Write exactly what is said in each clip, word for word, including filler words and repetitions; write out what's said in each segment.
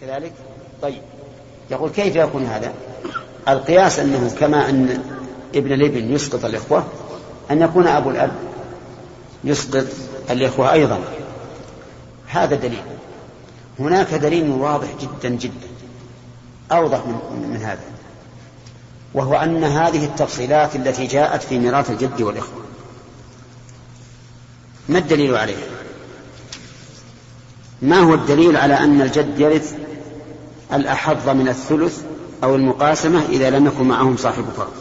كذلك. طيب يقول كيف يكون هذا؟ القياس أنه كما أن ابن الابن يسقط الإخوة أن يكون أبو الأب يسقط الإخوة أيضا. هذا دليل. هناك دليل واضح جدا جدا أوضح من, من هذا، وهو أن هذه التفصيلات التي جاءت في ميراث الجد والإخوة ما الدليل عليها؟ ما هو الدليل على أن الجد يرث الأحظ من الثلث أو المقاسمة إذا لم يكن معهم صاحب فرض،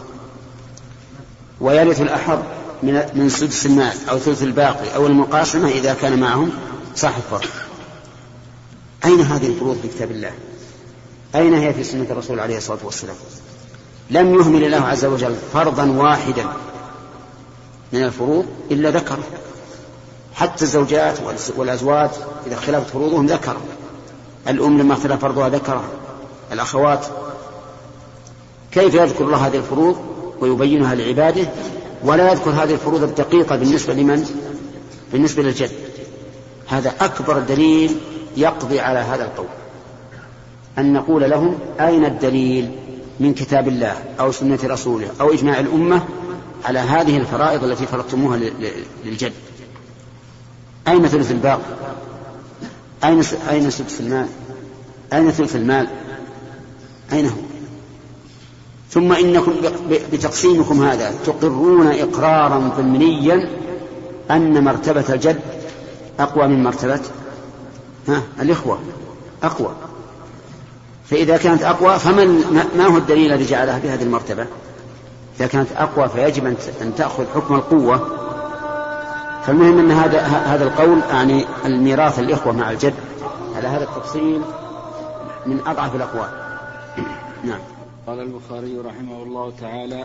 ويرث الأحظ من سدس المال أو ثلث الباقي أو المقاسمة إذا كان معهم صاحب فرض؟ أين هذه الفروض في كتاب الله؟ أين هي في سنة الرسول عليه الصلاة والسلام؟ لم يهمل الله عز وجل فرضا واحدا من الفروض إلا ذكر. حتى الزوجات والأزواج إذا اختلفت فروضهم ذكر. الأم لما اختلف فرضها ذكر. الأخوات. كيف يذكر الله هذه الفروض ويبينها لعباده ولا يذكر هذه الفروض الدقيقة بالنسبة لمن؟ بالنسبة للجد. هذا أكبر دليل يقضي على هذا القول، أن نقول لهم أين الدليل من كتاب الله أو سنة رسوله أو إجماع الأمة على هذه الفرائض التي فرضتموها للجد؟ أين ثلث الباقي؟ أين أين سدس المال؟ أين ثلث المال؟ أين هو؟ ثم إنكم بتقسيمكم هذا تقرون إقرارا ضمنيا أن مرتبة الجد أقوى من مرتبة ها الإخوة أقوى. فإذا كانت أقوى فما ما هو الدليل الذي جعلها بهذه المرتبة؟ إذا كانت أقوى فيجب أن تأخذ حكم القوة. فالمهم أن هذا هذا القول يعني الميراث الإخوة مع الجد على هذا التفصيل من أضعف الأقوال. نعم. قال البخاري رحمه الله تعالى: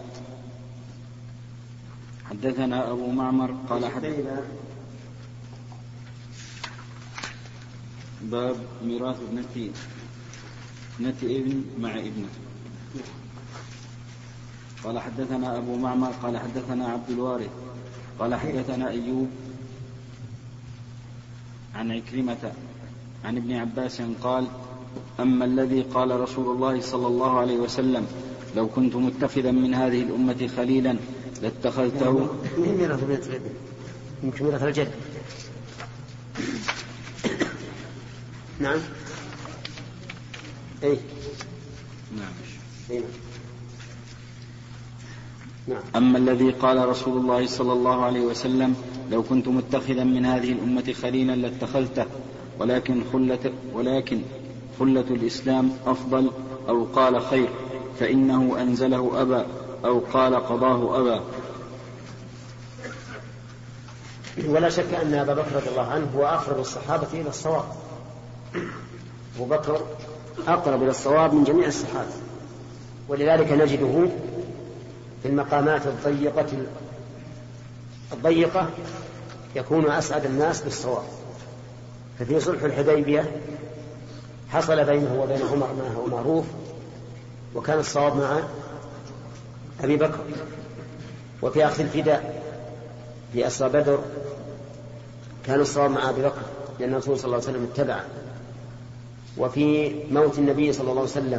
حدثنا أبو معمر قال حدثنا باب ميراث ابنة ابنة ابن مع ابنة. قال حدثنا أبو معمر قال حدثنا عبد الوارث قال حدثنا أيوب عن عكرمة عن ابن عباس قال: أما الذي قال رسول الله صلى الله عليه وسلم: لو كنت متخذا من هذه الأمة خليلا لاتخذته. يمكن ميراث الجد. نعم. أي نعم. نعم. أما الذي قال رسول الله صلى الله عليه وسلم: لو كنت متخذا من هذه الأمة خليلا لاتخذته، ولكن خلة ولكن خلة الإسلام أفضل، أو قال خير، فإنه أنزله أبا، أو قال قضاه أبا. ولا شك أن أبا بكر رضي الله عنه هو أقرب الصحابة إلى الصواب. أبو بكر أقرب إلى الصواب من جميع الصحابة، ولذلك نجده في المقامات الضيقة الضيقة يكون أسعد الناس بالصواب. ففي صلح الحديبية حصل بينه وبين عمر ما هو معروف، وكان الصواب مع أبي بكر. وفي أخذ الفداء في أسرى بدر كان الصواب مع أبي بكر لأن الرسول صلى الله عليه وسلم اتبعه. وفي موت النبي صلى الله عليه وسلم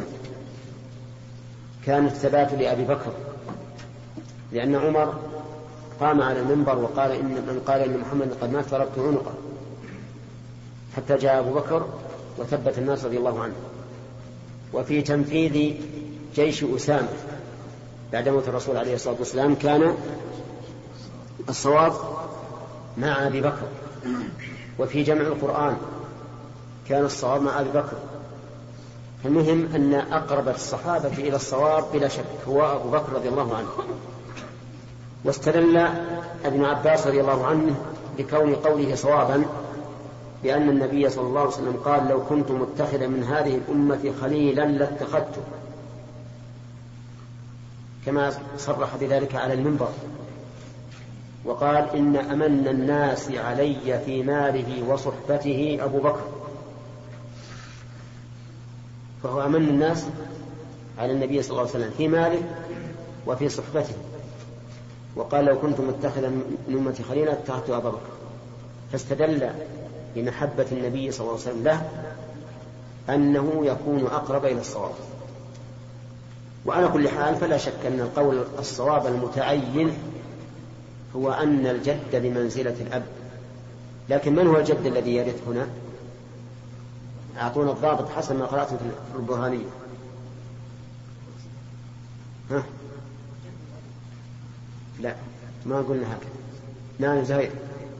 كان الثبات لأبي بكر، لأن عمر قام على المنبر وقال: إن من قال إن محمد قد مات ضربت عنقه، حتى جاء أبو بكر وثبت الناس رضي الله عنه. وفي تنفيذ جيش أسامة بعد موت الرسول عليه الصلاة والسلام كان الصواب مع أبي بكر. وفي جمع القرآن كان الصواب مع أبي بكر. المهم أن أقرب الصحابة إلى الصواب بلا شك هو أبو بكر رضي الله عنه. واستدل ابن عباس رضي الله عنه بكون قوله صوابا بأن النبي صلى الله عليه وسلم قال: لو كنت متخذا من هذه الأمة خليلا لاتخذته، كما صرح بذلك على المنبر وقال: إن أمن الناس علي في ماله وصحبته أبو بكر. فهو أمن الناس على النبي صلى الله عليه وسلم في ماله وفي صحبته، وقال: لو كنت متخذا من أمتي خليلا اتخذت أبا بكر. فاستدل بمحبة النبي صلى الله عليه وسلم له أنه يكون أقرب إلى الصواب. وعلى كل حال فلا شك أن القول الصواب المتعين هو أن الجد بمنزلة الأب. لكن من هو الجد الذي يرث هنا؟ أعطونا الضابط حسب ما قرأت في البرهانية. ها؟ لا ما قلنا هكذا. نعم زهير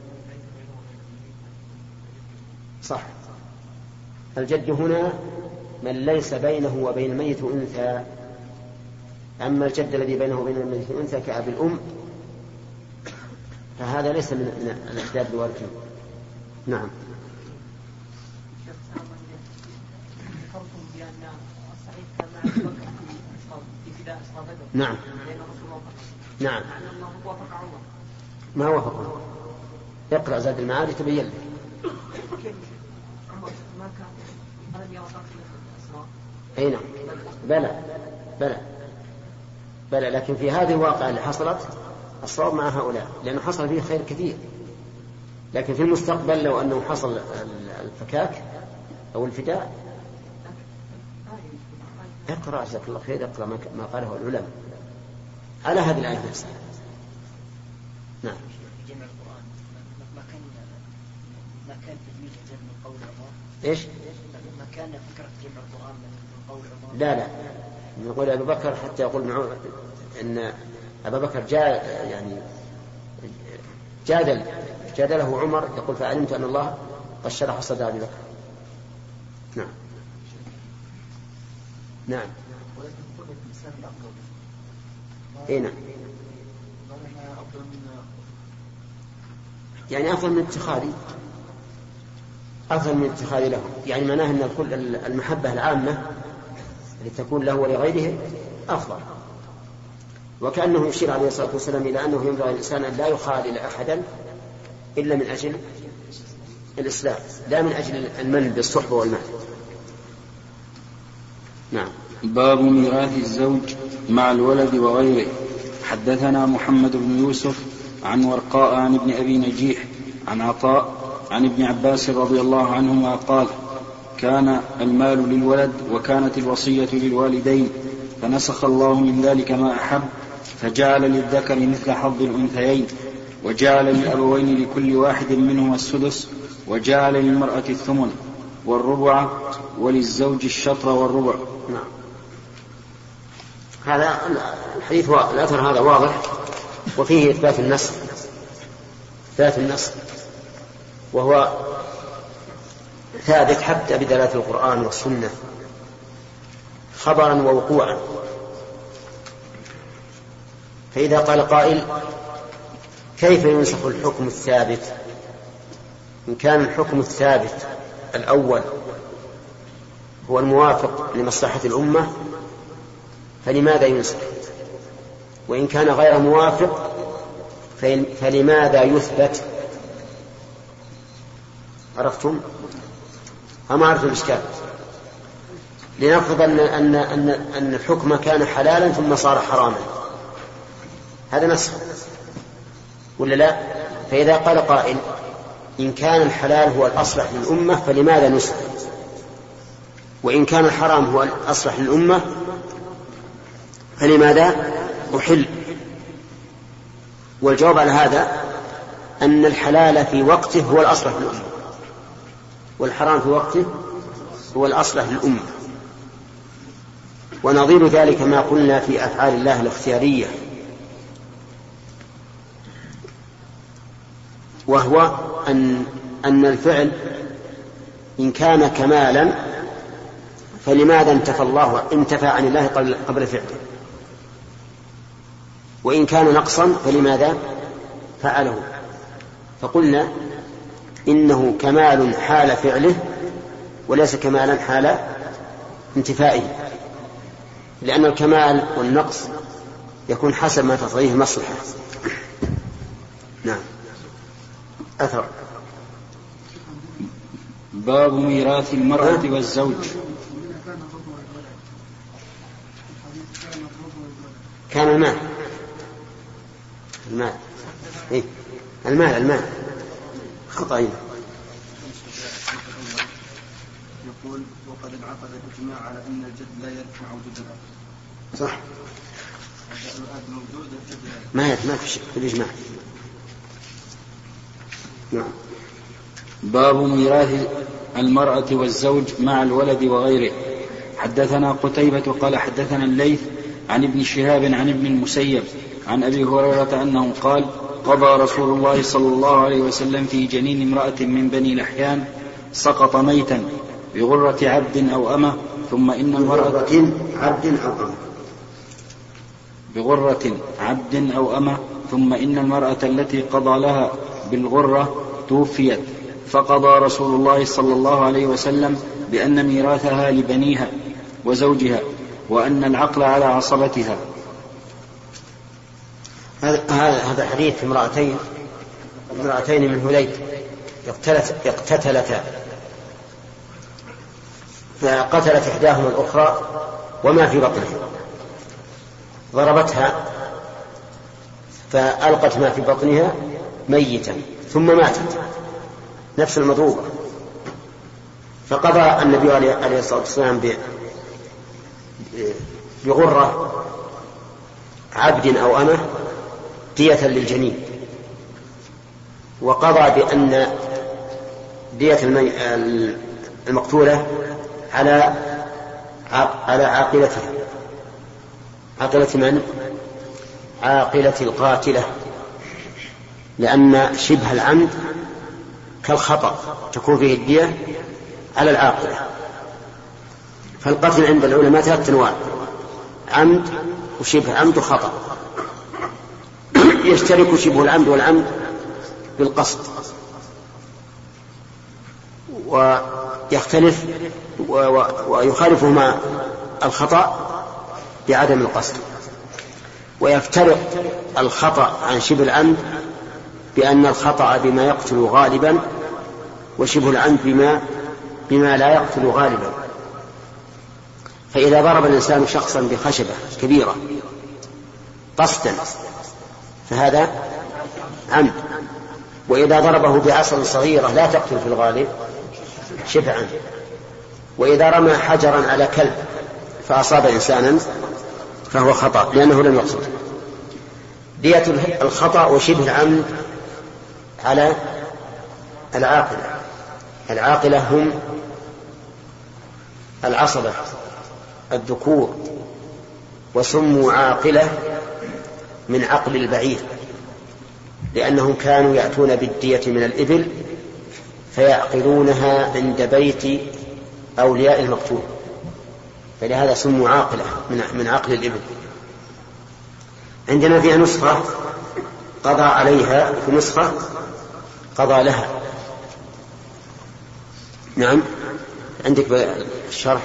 صح. الجد هنا من ليس بينه وبين الميت أنثى. أما الجد الذي بينه وبين الميت أنثى كأب الأم فهذا ليس من الأجداد الوارثين. نعم. نعم نعم ما وافقه. اقرأ زاد المعارج تبين لك. أي نعم بلى بلى بلى لكن في هذه الواقعة اللي حصلت الصواب مع هؤلاء لأنه حصل فيه خير كثير. لكن في المستقبل لو أنه حصل الفكاك أو الفداء اقرأ جزاك الله خير. اقرأ ما قاله العلماء على هذه الآية نفسها. نعم. جمع القرآن ما كان ما كان تجميع الجمع من قول عمر. إيش؟ ما كان فكرة جمع القرآن من قول عمر. لا لا نقول أبو بكر حتى يقول معه أن أبا بكر جاء يعني جادل جادله عمر يقول فعلمت أن الله قد شرح صدر أبي بكر. نعم نعم اي نعم يعني أفضل من اتخاذي أفضل من اتخاذي له. يعني معناه أن الكل المحبة العامة التي تكون له ولغيره أفضل. وكأنه يشير عليه الصلاة والسلام إلى أنه ينبغي الإنسان أن لا يخالل أحدا إلا من أجل الإسلام لا من أجل المن بالصحبة والمال. نعم. باب ميراث الزوج مع الولد وغيره. حدثنا محمد بن يوسف عن ورقاء عن ابن أبي نجيح عن عطاء عن ابن عباس رضي الله عنهما قال كان المال للولد وكانت الوصية للوالدين فنسخ الله من ذلك ما أحب فجعل للذكر مثل حظ الأنثيين وجعل للأبوين لكل واحد منهما السدس وجعل للمرأة الثمن والربع وللزوج الشطر والربع. نعم. هذا الحديث الأثر هذا واضح وفيه إثبات النص إثبات النص وهو ثابت حتى بدلالة القرآن والسنة خبرا ووقوعا. فإذا قال قائل كيف ينسخ الحكم الثابت إن كان الحكم الثابت الأول هو الموافق لمصلحة الأمة فلماذا ينسخ؟ وإن كان غير موافق فلماذا يثبت؟ عرفتم؟ هم عرفتم الإشكال. لنفرض أن, أن, أن, أن الحكم كان حلالا ثم صار حراما هذا نسخ ولا لا؟ فإذا قال قائل إن كان الحلال هو الأصلح للأمة فلماذا نسخ؟ وإن كان الحرام هو الأصلح للأمة فلماذا أحل؟ والجواب على هذا أن الحلال في وقته هو الأصلح للأمة والحرام في وقته هو الأصلح للأمة. ونظير ذلك ما قلنا في أفعال الله الاختيارية وهو أن, أن الفعل إن كان كمالا فلماذا انتفى الله انتفى عن الله قبل فعله وإن كان نقصا فلماذا فعله؟ فقلنا إنه كمال حال فعله وليس كمالا حال انتفائه لأن الكمال والنقص يكون حسب ما تقتضيه المصلحة. نعم. أثر. باب ميراث المرأة والزوج. كان المال المال إيه؟ المال المال خطأ. يقول وقد انعقد الاجماع على ان الجد لا يرفع وجود الاب. صح. الاب موجود الجد ما ما في شيء في الاجماع. نعم. باب ميراث المرأة والزوج مع الولد وغيره. حدثنا قتيبة قال حدثنا الليث عن ابن شهاب عن ابن المسيب عن أبي هريرة أنه قال قضى رسول الله صلى الله عليه وسلم في جنين امرأة من بني لحيان سقط ميتا بغرة عبد أو أمة ثم إن المرأة عبد أو أمة بغرة عبد أو أمة ثم إن المرأة التي قضى لها بالغرة توفيت فقضى رسول الله صلى الله عليه وسلم بأن ميراثها لبنيها وزوجها وأن العقل على عصبتها. هذا حديث في امرأتين امرأتين من هليل اقتتلتا فقتلت إحداهما الأخرى وما في بطنها ضربتها فألقت ما في بطنها ميتا ثم ماتت نفس المضروبة فقضى النبي عليه الصلاة والسلام بغرة عبد أو أمة دية للجنين وقضى بأن دية المقتولة على على عاقلتها عاقلة من؟ عاقلة القاتلة لأن شبه العمد كالخطأ تكون فيه الدية على العاقلة. فالقتل عند العلماء ثلاث أنواع عمد وشبه عمد وخطأ. يشترك شبه العمد والعمد بالقصد ويختلف ويخالفهما الخطأ بعدم القصد ويفترق الخطأ عن شبه العمد بأن الخطأ بما يقتل غالبا وشبه العمد بما, بما لا يقتل غالبا. فإذا ضرب الإنسان شخصا بخشبة كبيرة قصدا فهذا عمد وإذا ضربه بعصا صغيرة لا تقتل في الغالب شبه عمد وإذا رمى حجرا على كلب فأصاب إنسانا فهو خطأ لأنه لم يقصد. دية الخطأ وشبه العمد على العاقلة. العاقلة هم العصبة الذكور وسموا عاقلة من عقل البعير لأنهم كانوا يأتون بالدية من الإبل فيعقلونها عند بيت أولياء المقتول فلهذا سموا عاقلة من عقل الإبل. عندنا فيها نسخة قضى عليها في نسخة قضى لها. نعم عندك بالشرح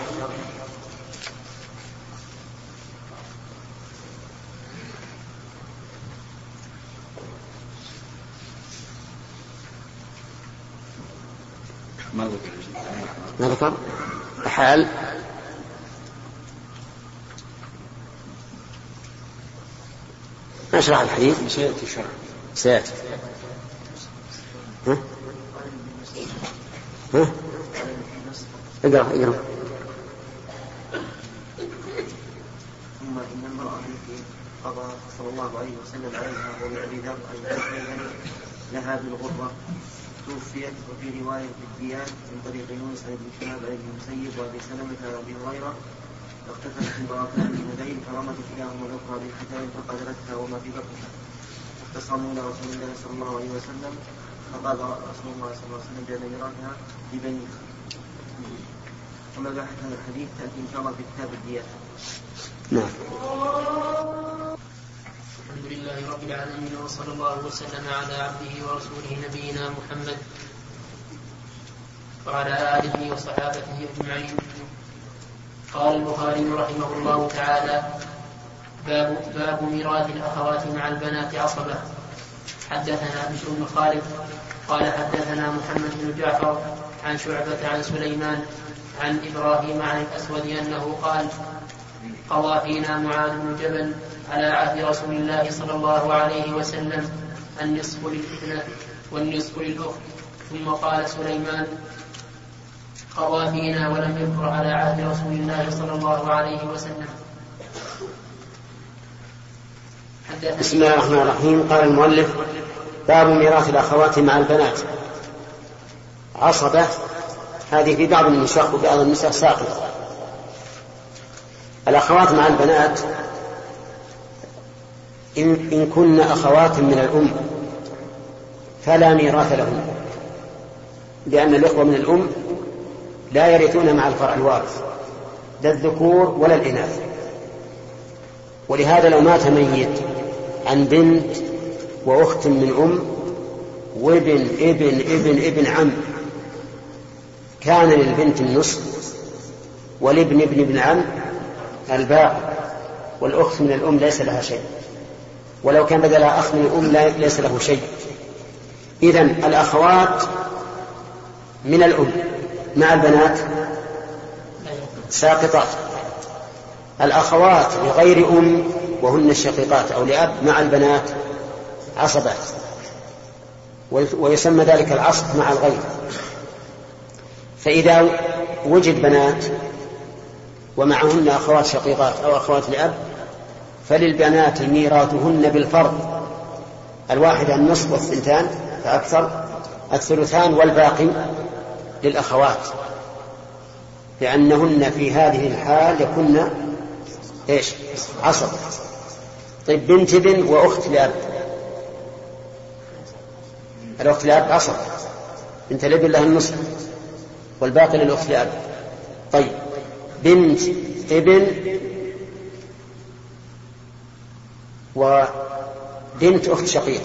ما ذكر ما ذكر حال نشرح الحديث سيأتي شرح سيأتي ها ها اقرأ اقرأ ثم إن المرأة التي قضى صلى الله عليه وسلم عليها وبأبي ذر أن لها بالغرة توفيت. وفي رواية الديان من طريق يونس بن شهاب بن المسيب وأبي سلمة وأبي هريرة اقتتلت امرأتان من هذين فرمت إحداهما الأخرى بالحجار فقتلتها وما في بطنها فاختصموا إلى رسول الله صلى الله عليه وسلم فقال رسول الله صلى الله عليه وسلم بأن ميراثها لبنيها. ومباحث هذا الحديث تأتي إن شاء الله في كتاب الديات. نعم. الحمد لله رب العالمين وصلى الله وسلم على عبده ورسوله نبينا محمد وعلى آله وصحابته أجمعين. قال البخاري رحمه الله تعالى باب, باب ميراث الأخوات مع البنات عصبة. حدثنا بشر بن خالد قال حدثنا محمد بن جعفر عن شعبة عن سليمان عن إبراهيم عن الأسود أنه قال قضى فينا معاذ بن جبل على عهد رسول الله صلى الله عليه وسلم النصف للابنة والنصف للأخت. ثم قال سليمان قضى فينا ولم يذكر على عهد رسول الله صلى الله عليه وسلم. بسم الله الرحمن الرحيم. قال المؤلف: باب ميراث الأخوات مع البنات. عصبة هذه في بعض النساء وبعض النساء ساقطة. الأخوات مع البنات إن, إن كن أخوات من الأم فلا ميراث لهن، لأن الإخوة من الأم لا يرثون مع الفرع الوارث لا الذكور ولا الإناث. ولهذا لو مات ميت عن بنت وأخت من أم وابن ابن ابن ابن عم، كان للبنت النصف والابن ابن ابن عم الباقي، والأخت من الأم ليس لها شيء، ولو كان بدلها أخ من الأم ليس له شيء. إذن الأخوات من الأم مع البنات ساقطات. الأخوات لغير أم وهن الشقيقات أو لأب مع البنات عصبات، ويسمى ذلك العصب مع الغير. فإذا وجد بنات ومعهن أخوات شقيقات أو أخوات لأب فللبنات ميراثهن بالفرض، الواحد النصف والثنتان فأكثر الثلثان والباقي للأخوات، لأنهن في هذه الحال يكن إيش؟ عصب. طيب بنت ابن وأخت لأب، الأخت لأب عصب، بنت الابن لها النصف والباقي للأخت لأب. طيب بنت ابن وبنت أخت شقيقة،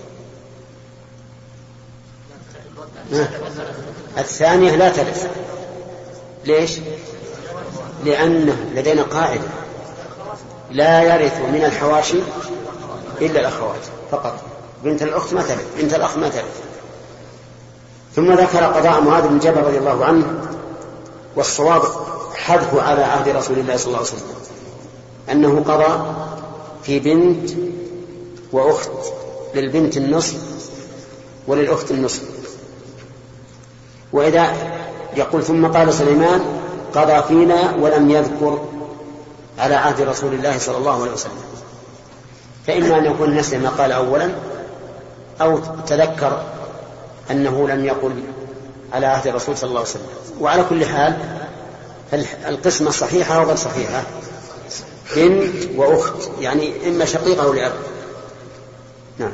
الثانية لا ترث. ليش؟ لأن لدينا قاعدة: لا يرث من الحواشي إلا الأخوات فقط، بنت الأخت ما ترث، بنت الأخ ما ترث. ثم ذكر قضاء معاذ بن جبل رضي الله عنه، والصواب حذف على عهد رسول الله صلى الله عليه وسلم، أنه قضى في بنت وأخت، للبنت النصف وللأخت النصف. وإذا يقول ثم قال سليمان قضى فينا ولم يذكر على عهد رسول الله صلى الله عليه وسلم، فإما أن يكون نسي ما قال أولا أو تذكر أنه لم يقل على عهد الرسول صلى الله عليه وسلم. وعلى كل حال القسمة صحيحة وغير صحيحة، بنت وأخت يعني إما شقيقة أو لأب. نعم.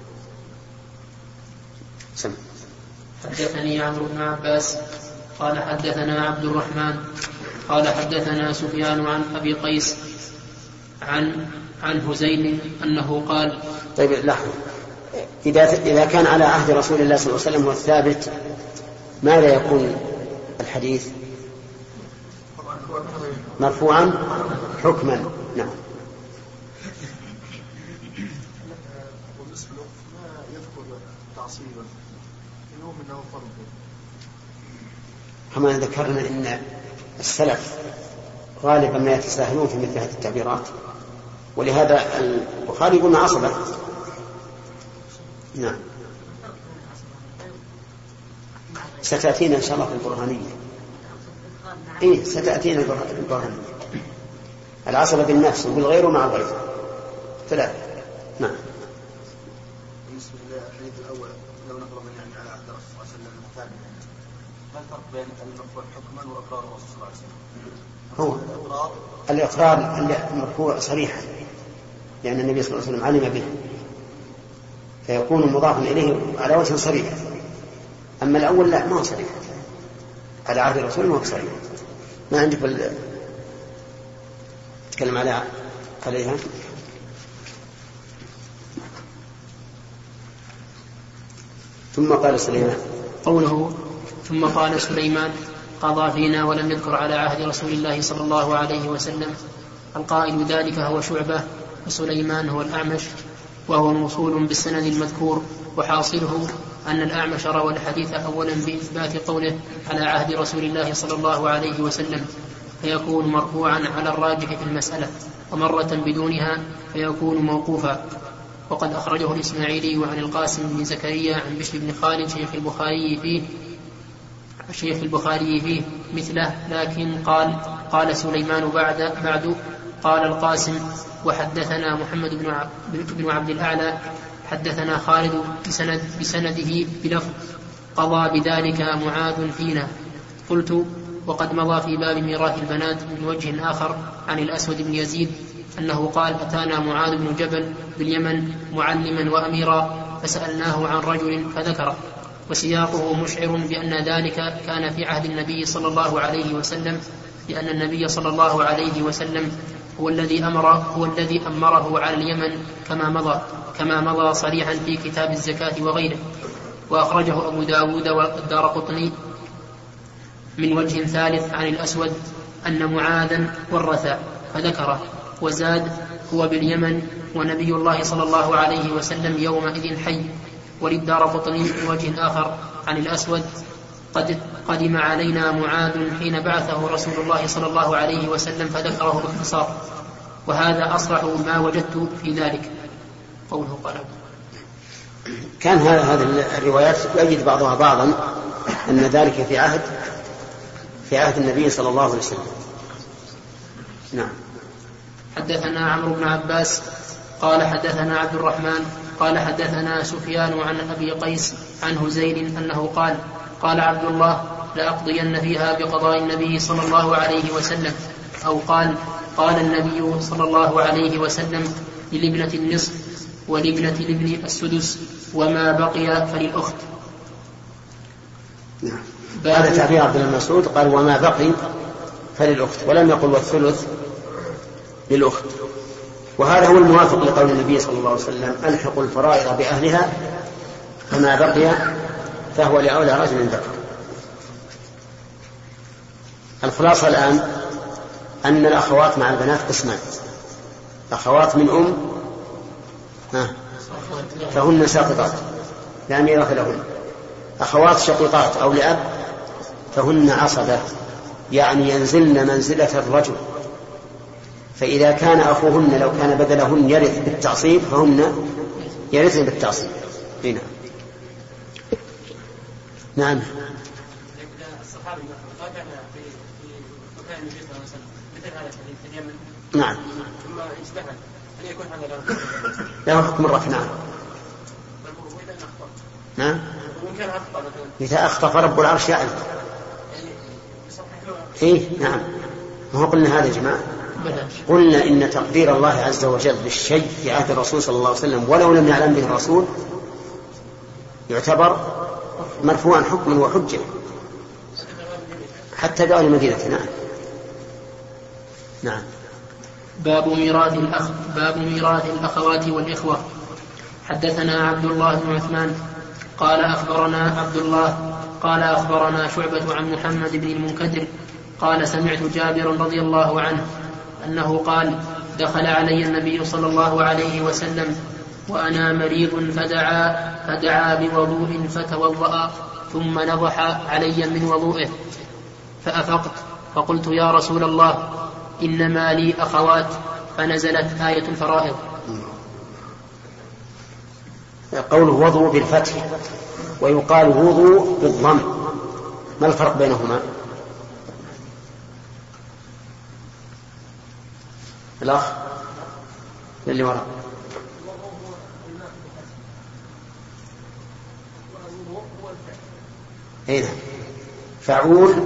سمع. حدثني عمرو بن عباس قال حدثنا عبد الرحمن قال حدثنا سفيان عن أبي قيس عن عن هزيل أنه قال. طيب لحظة، إذا إذا كان على عهد رسول الله صلى الله عليه وسلم والثابت ماذا يكون الحديث؟ مرفوعا حكما. نعم. وبالنسبة له ما يذكر تعصيبا يوم انه فرض. كما ذكرنا ان السلف غالبا ما يتساهلون في مثل هذه التعبيرات، ولهذا البخاري يقول عصبة. نعم. ستأتينا إن شاء الله في البرهانية. إيه ستأتينا البرهانية. العصبة بالنفس وبالغير ومع الغير ثلاثة. نعم. بالنسبة للحديث الأول لو نقرأ من يعني على عهد الرسول صلى الله عليه وسلم الثاني، ما الفرق بين المرفوع حكما وإقرار الرسول صلى الله عليه وسلم؟ هو الإقرار المرفوع صريحا لأن النبي صلى الله عليه وسلم علم به فيكون مضافا إليه على وجه صريح. أما الأول لا، ما هو صريح على عهد الرسول، ما هو صريح. ما عندك بل تكلم على عليها. ثم قال سليمان قوله ثم قال سليمان قضى فينا ولم يذكر على عهد رسول الله صلى الله عليه وسلم. القائل ذلك هو شعبة وسليمان هو الأعمش، وهو موصول بالسند المذكور، وحاصله أن الأعمش روى الحديث أولا بإثبات قوله على عهد رسول الله صلى الله عليه وسلم فيكون مرفوعا على الراجح في المسألة، ومرة بدونها فيكون موقوفا. وقد أخرجه الإسماعيلي عن القاسم بن زكريا عن بشر بن خالد شيخ البخاري فيه الشيخ البخاري فيه مثله، لكن قال قال سليمان بعد بعد قال القاسم وحدثنا محمد بن عبد الأعلى حدثنا خالد بسند بسنده بلفظ قضى بذلك معاذ فينا. قلت وقد مضى في باب ميراث البنات من وجه آخر عن الأسود بن يزيد أنه قال أتانا معاذ بن جبل باليمن معلما وأميرا فسألناه عن رجل فذكر، وسياقه مشعر بأن ذلك كان في عهد النبي صلى الله عليه وسلم، لأن النبي صلى الله عليه وسلم هو الذي أمر هو الذي أمره على اليمن كما مضى كما مضى صريحا في كتاب الزكاة وغيره. وأخرجه أبو داود والدارقطني من وجه ثالث عن الأسود أن معاذا ورث فذكره، وزاد هو باليمن ونبي الله صلى الله عليه وسلم يومئذ حي. وللدارقطني من وجه آخر عن الأسود قد قدم علينا معاذ حين بعثه رسول الله صلى الله عليه وسلم فذكره باختصار، وهذا أصرح ما وجدت في ذلك. قوله قال كان هذه الروايات يجد بعضها بعضا أن ذلك في عهد في عهد النبي صلى الله عليه وسلم. نعم. حدثنا عمرو بن عباس قال حدثنا عبد الرحمن قال حدثنا سفيان عن أبي قيس عن هزيل أنه قال قال عبد الله لأقضين فيها بقضاء النبي صلى الله عليه وسلم، أو قال قال النبي صلى الله عليه وسلم للابنة النصف ولابنة الابن السدس وما بقي فللأخت. نعم. هذا تعبير عبد الله مسعود قال وما بقي فللأخت، ولم يقل والثلث للأخت، وهذا هو الموافق لقول النبي صلى الله عليه وسلم ألحقوا الفرائض بأهلها فما بقي فهو لأولى رجل ذكر. الخلاصة الآن أن الأخوات مع البنات قسمان، أخوات من أم فهن ساقطات لا ميراث لهن، أخوات شقيقات أو لأب فهن عصبة، يعني ينزلن منزلة الرجل، فإذا كان أخوهن لو كان بدلهن يرث بالتعصيب فهن يرثن بالتعصيب. هنا نعم. نعم له حكم الرفع. نعم. نعم. إذا أخطأ فرب العرش يعلم. إيه نعم. ما قلنا هذا يا جماعة؟ قلنا إن تقدير الله عز وجل للشيء في عهد الرسول صلى الله عليه وسلم ولو لم يعلم به الرسول يعتبر مرفوعا حكما وحجة حتى دار المدينة. نعم. نعم. باب ميراث الأخ باب ميراث الأخوات والإخوة. حدثنا عبد الله بن عثمان قال أخبرنا عبد الله قال أخبرنا شعبة عن محمد بن المنكدر قال سمعت جابر رضي الله عنه أنه قال دخل علي النبي صلى الله عليه وسلم وأنا مريض فدعا, فدعا بوضوء فتوضأ ثم نضح علي من وضوئه فأفقت فقلت يا رسول الله إنما لي أخوات، فنزلت آية الفرائض. قوله وضوء بالفتح ويقال وضوء بالضم، ما الفرق بينهما؟ الأخ اللي وراء هنا فعول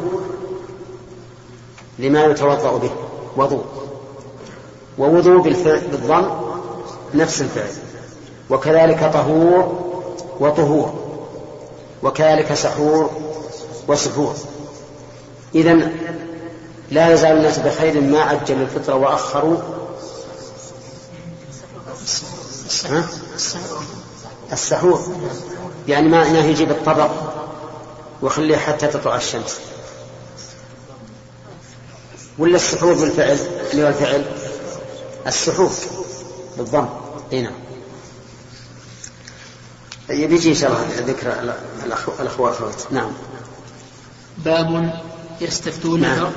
لما يتوضأ به وضوء، ووضوء بالضم نفس الفعل، وكذلك طهور وطهور، وكذلك سحور وسحور. إذن لا يزال الناس بخير ما عجلوا الفطر وأخروا السحور، يعني ما إنه يجيب الطبق وخليه حتى تطلع الشمس. ولا السحور بالفعل اللي هو الفعل السحور بالضم. هنا يبيجي إن شاء الله ذكر الأخوات. نعم. باب يستفتونك. نعم.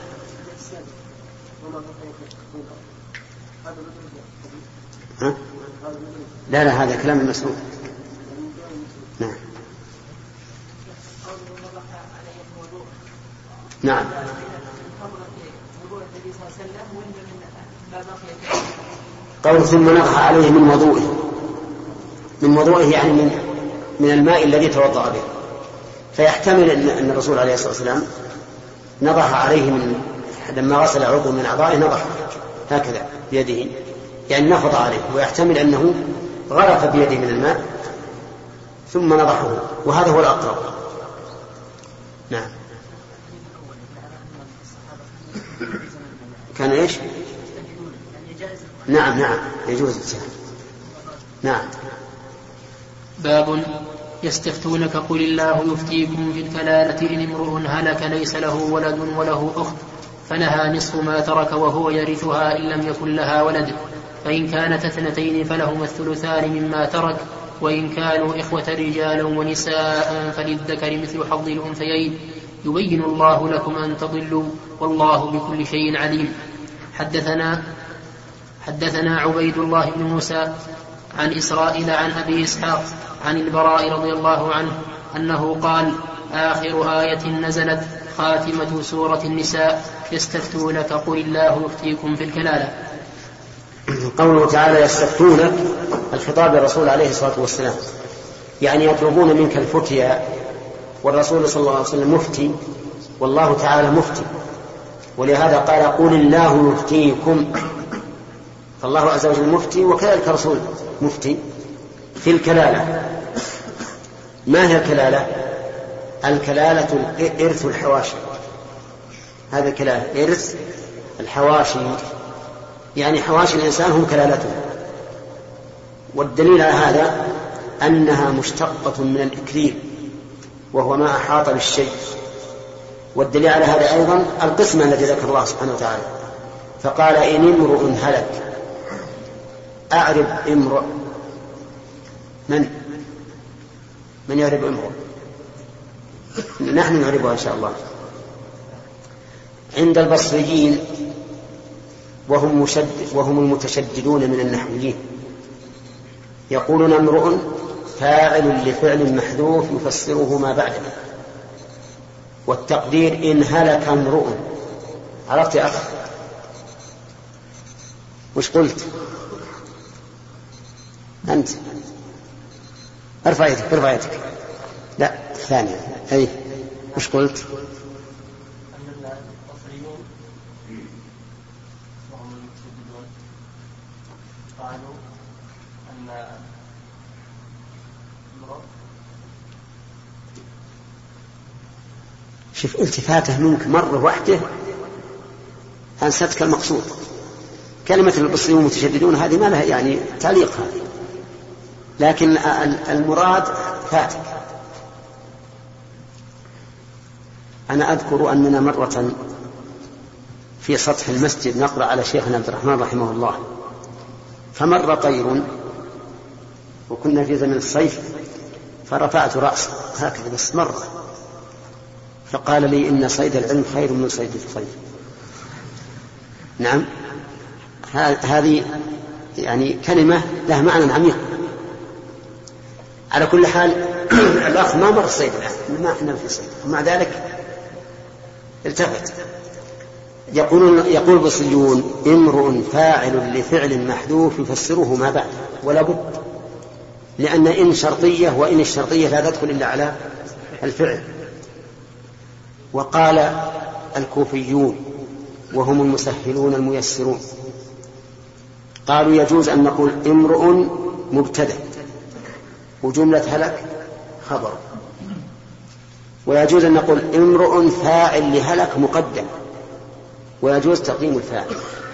ها؟ لا لا هذا كلام المسؤول. نعم. نعم. قول ثم نضح عليه من وضوئه، من وضوئه يعني من من الماء الذي توضأ به، فيحتمل أن الرسول عليه الصلاة والسلام نضح عليه من لما غسل عضو من أعضائه نضح هكذا بيده، يعني نفض عليه، ويحتمل أنه غرف بيده من الماء ثم نضحه، وهذا هو الأقرب. نعم. كان إيش؟ نعم نعم يجوز السهل. نعم. باب يستفتونك قل الله يفتيكم في الكلالة إن امرؤ هلك ليس له ولد وله أخت فلها نصف ما ترك وهو يرثها إن لم يكن لها ولد، فإن كانت اثنتين فلهما الثلثان مما ترك، وإن كانوا إخوة رجالا ونساء فللذكر مثل حظ الأنثيين، يبين الله لكم أن تضلوا والله بكل شيء عليم. حدثنا حدثنا عبيد الله بن موسى عن إسرائيل عن أبي إسحاق عن البراء رضي الله عنه أنه قال: آخر آية نزلت خاتمة سورة النساء يستفتونك قل الله يفتيكم في الكلالة. قوله تعالى يستفتونك الخطاب للرسول عليه الصلاة والسلام، يعني يطلبون منك الفتيا، والرسول صلى الله عليه وسلم مفتي والله تعالى مفتي، ولهذا قال قل الله يفتيكم، فالله عز وجل مفتي وكذلك الرسول مفتي في الكلالة. ما هي الكلالة؟ الكلالة إرث الحواشي، هذا الكلالة إرث الحواشي، يعني حواشي الإنسان هم كلالته. والدليل على هذا أنها مشتقة من الإكليل وهو ما أحاط بالشيء، والدليل على هذا أيضا القسمة التي ذكر الله سبحانه وتعالى، فقال إن امرؤ هلك. أعرب امرؤ، من من يعرب امرؤ؟ نحن نعربها إن شاء الله. عند البصريين وهم, مشد وهم المتشددون من النحويين يقولون امرؤ فاعل لفعل محذوف يفسره ما بعده، والتقدير إن هلك امرؤ. عرفت يا أخ؟ وش قلت أنت؟ ارفع يدك ارفع يدك. لا الثانية. أي وش قلت؟ قالوا أن شوف التفاته منك مرة واحدة أنستك المقصود. كلمة البصريون المتشددون هذه ما لها يعني تعليق هذه، لكن المراد فاتك. أنا أذكر أننا مرة في سطح المسجد نقرأ على شيخنا عبد الرحمن رحمه الله، فمر طير وكنا في زمن الصيف، فرفعت رأسه هكذا بس مرة، فقال لي إن صيد العلم خير من صيد الصيف. نعم، هذه يعني كلمة لها معنى عميق. على كل حال الأخ ما مر الصيد الآن، ما احنا في صيد، ومع ذلك التفت. يقولون يقول البصريون امرؤ فاعل لفعل محذوف يفسره ما بعد، ولا بد، لأن إن شرطية، وإن الشرطية لا تدخل إلا على الفعل. وقال الكوفيون وهم المسهلون الميسرون قالوا يجوز أن نقول امرؤ مبتدأ وجملة هلك خبر، ويجوز أن نقول امرؤ فاعل لهلك مقدم، ويجوز تقديم الفاعل.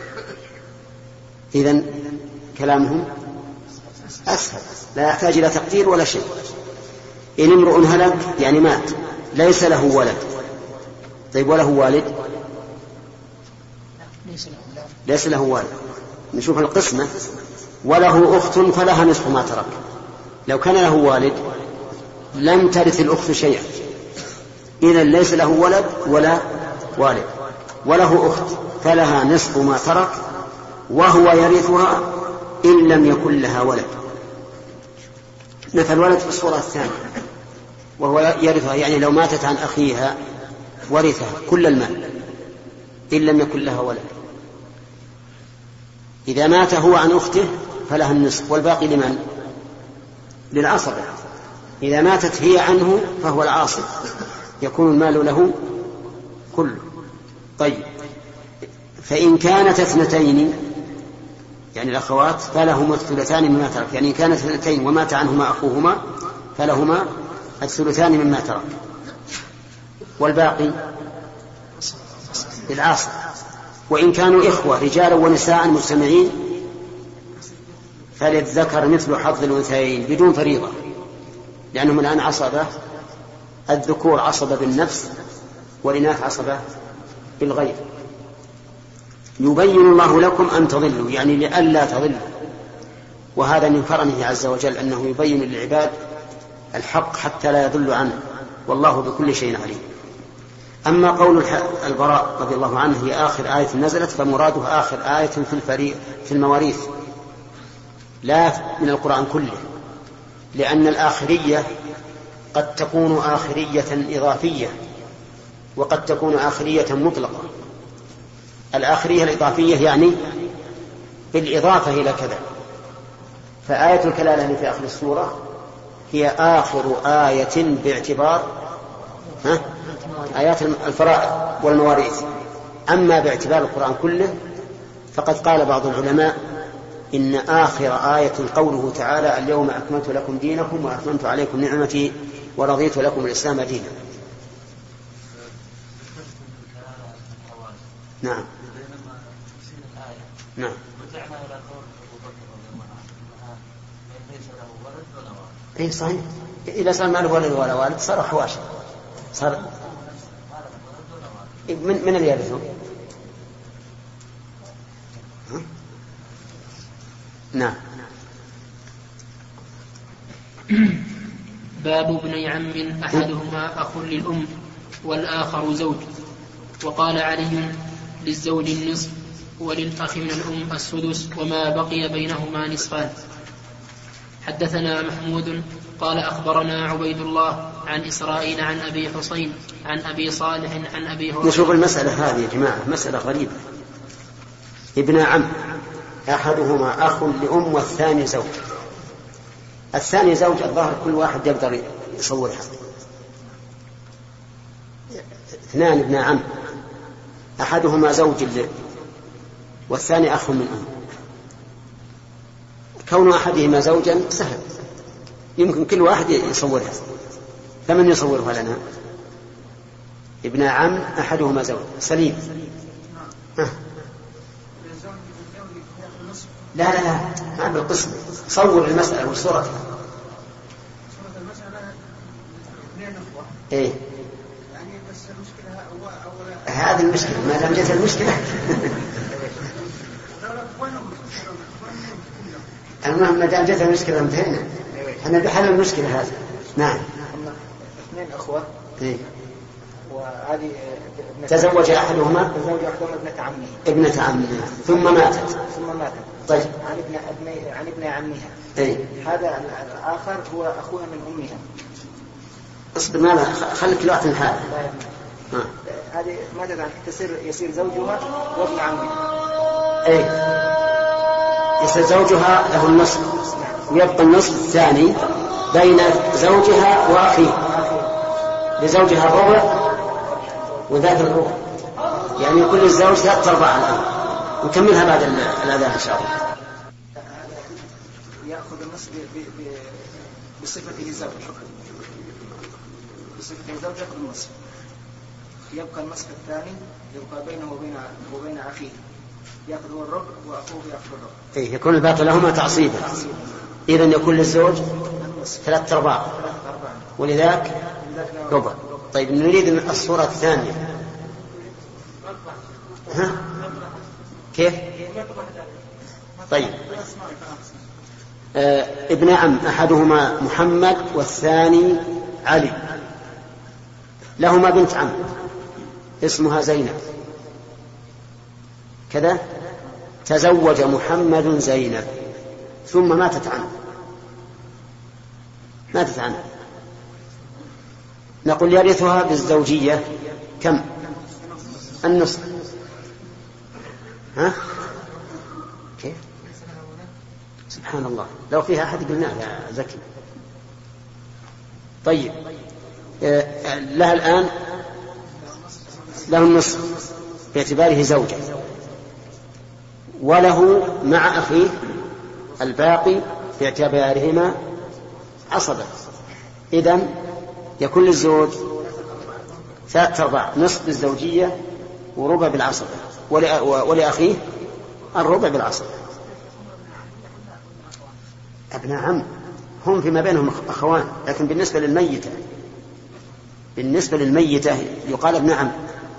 إذن كلامهم أسهل، لا يحتاج إلى تقدير ولا شيء. إن امرؤ هلك يعني مات ليس له ولد. طيب وله والد؟ ليس له والد. نشوف القسمة، وله أخت فلها نصف ما ترك. لو كان له والد لم ترث الأخت شيئا، إذن ليس له ولد ولا والد. وله أخت فلها نصف ما ترك وهو يرثها إن لم يكن لها ولد. نفى الولد في الصورة الثانية، وهو يرثها يعني لو ماتت عن أخيها ورثها كل المال إن لم يكن لها ولد. إذا مات هو عن أخته فلها النصف والباقي لمن؟ للعصبة. إذا ماتت هي عنه فهو العاصب، يكون المال له كله. طيب، فإن كانت اثنتين يعني الأخوات فلهما الثلثان مما ترك، يعني إن كانت اثنتين ومات عنهما أخوهما فلهما الثلثان مما ترك، والباقي للعاصب. وإن كانوا إخوة رجالا ونساء مجتمعين فللذكر مثل حظ الأنثيين بدون فريضة، لأنهم الآن عصبة، الذكور عصبة بالنفس والإناث عصبة بالغير. يبين الله لكم أن تضلوا، يعني لئلا تضلوا، وهذا من كرمه عز وجل أنه يبين للعباد الحق حتى لا يضلوا عنه، والله بكل شيء عليم. أما قول البراء رضي الله عنه هي آخر آية نزلت، فمراده آخر آية في الفريق في المواريث لا من القرآن كله، لأن الآخرية قد تكون آخرية إضافية وقد تكون آخرية مطلقة. الآخرية الإضافية يعني بالإضافة إلى كذا، فآية الكلالة اللي في آخر السورة هي آخر آية باعتبار ها؟ آيات الفرائض والمواريث. أما باعتبار القرآن كله فقد قال بعض العلماء إن آخر آية قوله تعالى اليوم أكملت لكم دينكم وأتممت عليكم نعمتي ورضيت لكم الإسلام دينا. نعم نعم اي صحيح، اذا صار ما له ولد ولا والد صار حواشي، صار من من اللي يرثه؟ نعم. باب ابني عم احدهما اخ للام والاخر زوج. وقال علي للزوج النصف وللأخ من الأم السدس وما بقي بينهما نصفان. حدثنا محمود قال أخبرنا عبيد الله عن إسرائيل عن أبي حسين عن أبي صالح عن أبي هريرة. نشوف المسألة هذه يا جماعة، مسألة غريبة. ابن عم أحدهما أخ لأم والثاني زوج. الثاني زوج الظاهر كل واحد يقدر يصورها. اثنان ابن عم أحدهما زوج والثاني أخ من أم. كون أحدهما زوجا سهل، يمكن كل واحد يصورها. فمن يصورها لنا؟ ابن عم أحدهما زوج سليم. ها. لا لا لا ما بالقسم، صور المسألة وصورتها. ايه هذه المشكلة، ما دام جت المشكلة المهم ما دام جت المشكلة انتهينا، احنا بحل المشكلة هذه. نعم. اثنين أخوة. إيه؟ وهذه تزوج أحدهما تزوج أحدهما ابنة عمه ابنة عمها ثم ماتت ثم ماتت طيب عن ابن ابن عن ابن عمها. إيه؟ هذا الآخر هو أخوها من أمها. اصبر ماذا خليك لا تنحال. هذه ماتت عن تصير يصير زوجها وابن عمها. ايه يصير زوجها له النصف ويبقى النصف الثاني بين زوجها واخيه، لزوجها الربع وذات الربع، يعني يكون للزوج ثلاث ارباع الان. نكملها بعد الاذان ان شاء الله. ياخذ النصف بصفته زوج، بصفته زوج ياخذ النصف، يبقى النصف الثاني يبقى بينه وبين وبين أخيه، يأخذ هو الربع وأخوه يأخذ الربع. إيه يكون الباقي لهما تعصيبا. إذن يكون للزوج ثلاث أرباع ولذاك ربع. طيب نريد الصورة الثانية. ها؟ كيف؟ طيب آه ابن عم أحدهما محمد والثاني علي، لهما بنت عم اسمها زينب كذا. تزوج محمد زينب ثم ماتت عنه ماتت عنه نقول يرثها بالزوجية كم؟ النصف. ها؟ كيف؟ سبحان الله، لو فيها أحد قلنا يا زكي. طيب لها الآن له النصف باعتباره زوجة، وله مع أخيه الباقي باعتبارهما عصبة. إذن يكون للزوج ثلاثة أرباع، نصف بالزوجية وربع بالعصبة، ولأخيه الربع بالعصبة. أبناء عم هم فيما بينهم أخوان، لكن بالنسبة للميتة بالنسبة للميتة يقال ابن عم،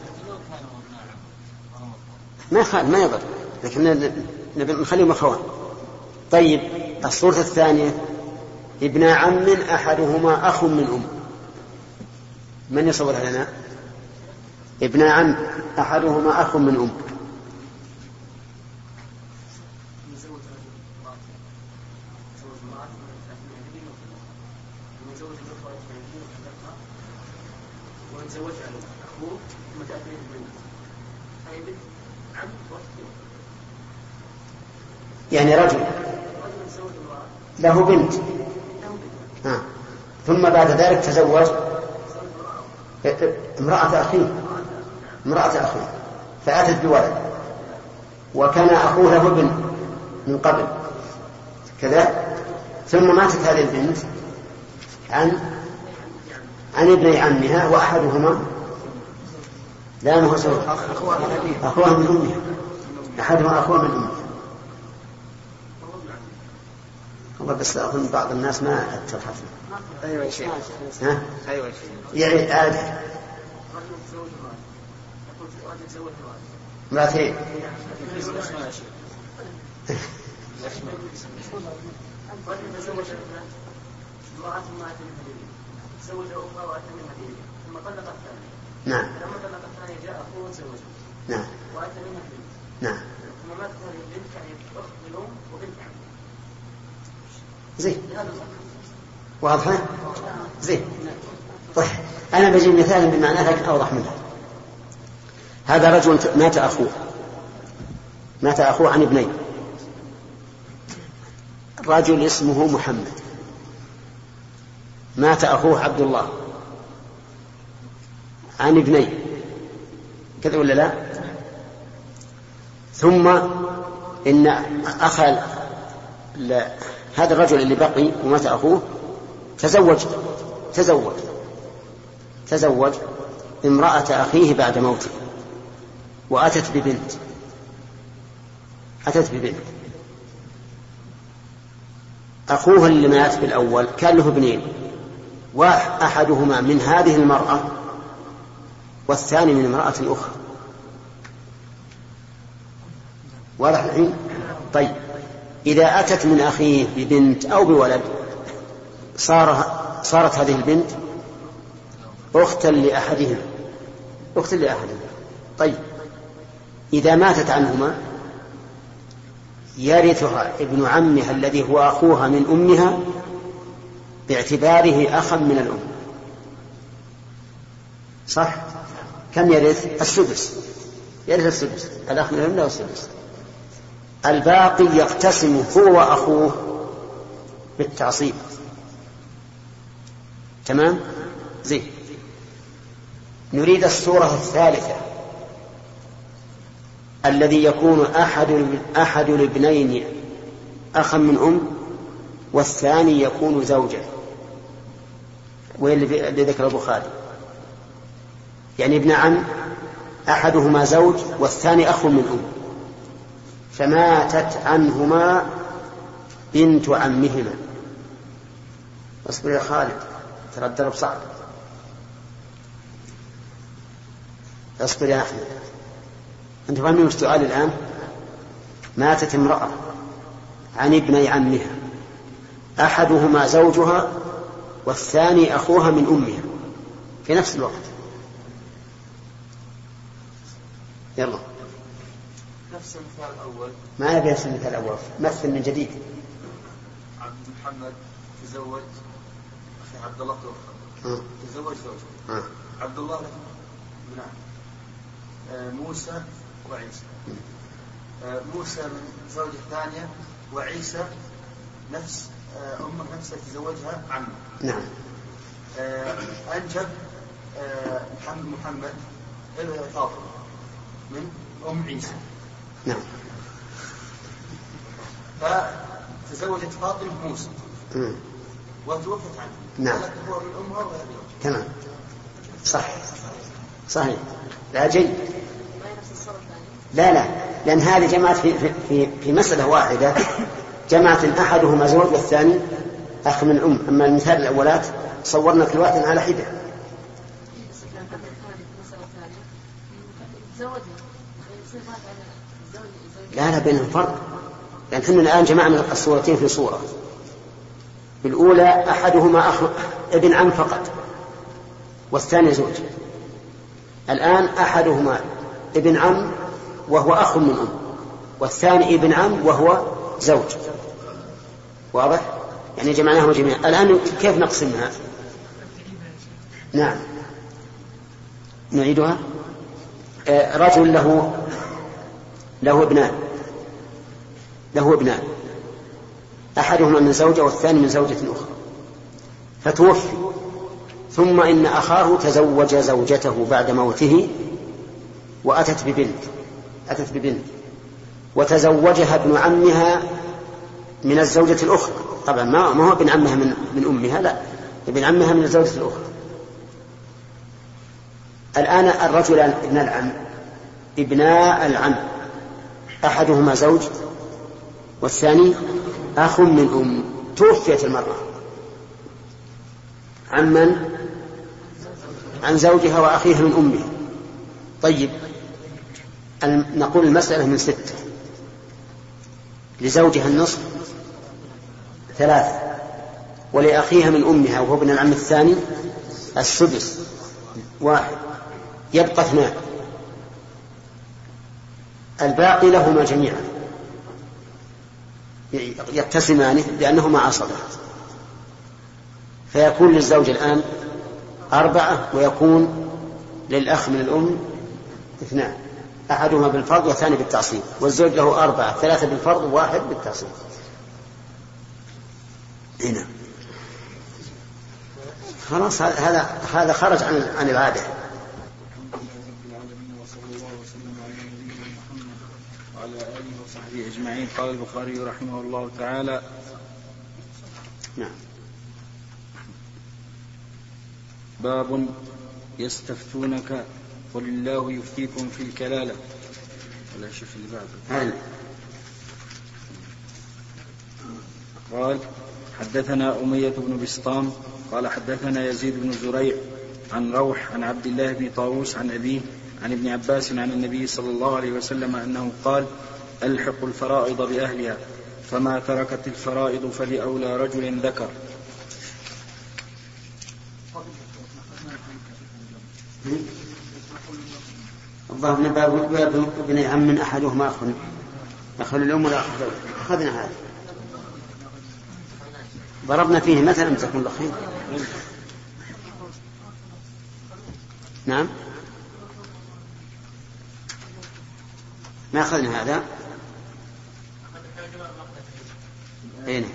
ما خال ما يضر، لكن نخليهم أخوان. طيب الصورة الثانية ابن عم أحدهما أخ من أم، من يصورها لنا؟ ابن عم أحدهما أخ من أم. يعني رجل له بنت آه. ثم بعد ذلك تزوج امرأة أخيه امرأة أخيه فأتت بولد، وكان أخوه له بنت من قبل كذا، ثم ماتت هذه البنت عن عن ابن عمها، وأحدهما لا مو أخوه من أمها، أحدهما أخوه من أمها. والله بس أظن بعض الناس ما تبحث. أيوة يا شيخ. ها؟ أيوة يا شيخ. يعني عادة. مرتين. نعم. لما طلق الثانية جاء أخوه وتزوجه. نعم. وأتى منها بنت. نعم. ثم ماتت هذه البنت يعني أخت الأم وبنت عم. زين. واضحة؟ زين. طيب أنا بجي مثال بمعنى لكن أوضح منها. هذا رجل مات أخوه مات أخوه عن ابنين. الرجل اسمه محمد، مات أخوه عبد الله عن ابنين، كذا ولا لا؟ ثم إن أخل هذا الرجل اللي بقي ومات أخوه تزوج تزوج تزوج امرأة أخيه بعد موته، وأتت ببنت أتت ببنت أخوه اللي مات بالأول كان له ابنين، وأحدهما من هذه المرأة والثاني من امرأة أخرى. واضح الحين؟ طيب إذا أتت من أخيه ببنت أو بولد صار صارت هذه البنت أختا لأحدهما أختا لأحدهما. طيب إذا ماتت عنهما يرثها ابن عمها الذي هو أخوها من أمها باعتباره أخا من الأم. صح؟ كم يرث؟ السدس. يرث السدس، الأخ من الأم له السدس. الباقي يقتسم هو وأخوه بالتعصيب. تمام؟ زين. نريد الصورة الثالثة الذي يكون أحد أحد الابنين أخا من أم والثاني يكون زوجا، واللي ذكر البخاري يعني ابن عم أحدهما زوج والثاني أخ من أم، فماتت عنهما بنت عمهما. اصبر يا خالد ترى الدرب صعب. اصبر يا أحمد. أنت فاهمين السؤال الآن؟ ماتت امرأة عن ابن عمها أحدهما زوجها والثاني أخوها من أمها في نفس الوقت. يلا نفس المثال الأول. ما يبي نفس المثال الأول، مثل من جديد. عبد محمد تزوج أخي عبد الله توفى، تزوج زوجته. عبد الله نعم. آه موسى وعيسى. آه موسى من زوجة ثانية، وعيسى نفس آه أمه نفسها تزوجها عمه. نعم. آه أنجب آه محمد محمد فاطمة من أم عيسى. نعم. فتزوجت فاطمة موسى وتوفت عنه. نعم. هو من أمها ولا من تمام. صح. صحيح. لا جيد. لا لا لأن هذه جمعت في, في, في مسألة واحدة، جمعت أحدهما زوج والثاني أخ من أم. أما المثال الأولات صورنا كل واحد على حدة. لا لا بينهم فرق، لأن احنا الآن جمعنا الصورتين في صورة. بالأولى أحدهما أخ ابن عم فقط والثاني زوج. الآن أحدهما ابن عم وهو أخ من أم، والثاني ابن عم وهو زوج. واضح؟ يعني جمعناهما جميعا. الآن كيف نقسمها؟ نعم نعيدها. آه رجل له له ابنان له ابنان أحدهما من زوجة والثاني من زوجة أخرى، فتوفي، ثم إن أخاه تزوج زوجته بعد موته وأتت ببنت أتت ببنت وتزوجها ابن عمها من الزوجة الأخرى. طبعا ما هو ابن عمها من, من أمها، لا، ابن عمها من الزوجة الأخرى. الآن الرجلان ابن العم ابناء العم أحدهما زوج والثاني أخ من أم. توفيت المرأة عمن عن زوجها وأخيها من أمه. طيب نقول المسألة من ستة، لزوجها النصف ثلاثة، ولأخيها من أمها وهو ابن العم الثاني السدس واحد، يبقى اثنان، الباقي لهما جميعا يقتسمان لأنهما عصبة، فيكون للزوج الآن أربعة ويكون للأخ من الأم اثنان، أحدهما بالفرض والثاني بالتعصيب، والزوج له أربعة، ثلاثة بالفرض وواحد بالتعصيب. هنا خلاص هذا هذا خرج عن عن العادة. وعلى آله وصحبه أجمعين. قال البخاري رحمه الله تعالى: نعم. باب يستفتونك قل الله يفتيكم في الكلالة. ولا شوف اللي بعده. قال: حدثنا أمية بن بسطام قال حدثنا يزيد بن زريع عن روح عن عبد الله بن طاووس عن أبيه عن ابن عباس عن النبي صلى الله عليه وسلم أنه قال: ألحقوا الفرائض بأهلها، فما تركت الفرائض فلأولى رجل ذكر. الظاهر باب باب ابن عم من أحدهما أخ أخ الأم ولا أخ. أخذنا هذا ضربنا فيه مثلا جزاكم الله خير. نعم ما أخذنا هذا. هنا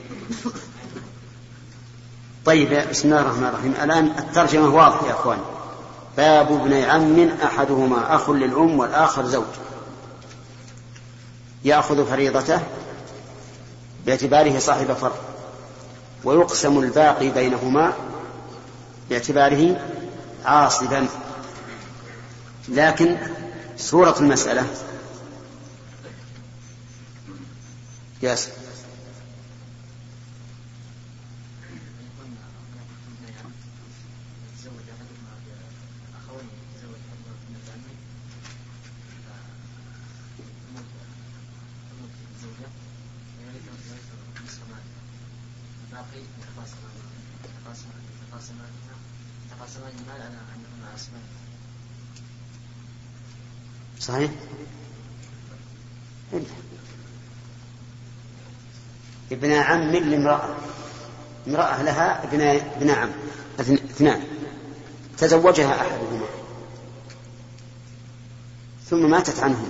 طيب. بسم الله الرحمن الرحيم. الآن الترجمة واضحة يا أخوان. باب ابن عم أحدهما أخ للأم والآخر زوج، يأخذ فريضته باعتباره صاحب فرض، ويقسم الباقي بينهما باعتباره عاصبا. لكن صورة المسألة ياسر صحيح. ابن عم لامرأة، امرأة لها ابن ابن عم اثنان، تزوجها أحدهما ثم ماتت عنهما،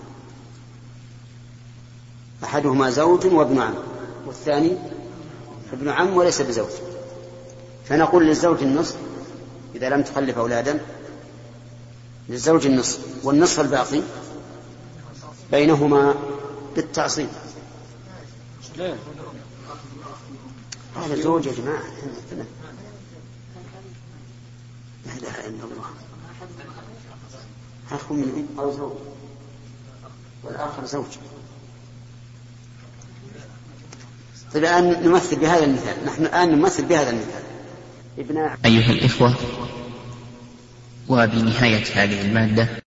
أحدهما زوج وابن عم والثاني ابن عم وليس بزوج، فنقول للزوج النصف إذا لم تخلف أولادا، للزوج النصف، والنصف الباقي بينهما بالتعصيب. لا هذا زوج يا جماعة، لا إله إلا الله، أخ من أم أو زوج والآخر زوج. طيب الآن نمثل بهذا المثال، نحن الآن نمثل بهذا المثال ابن. أيها الإخوة، وبنهاية هذه المادة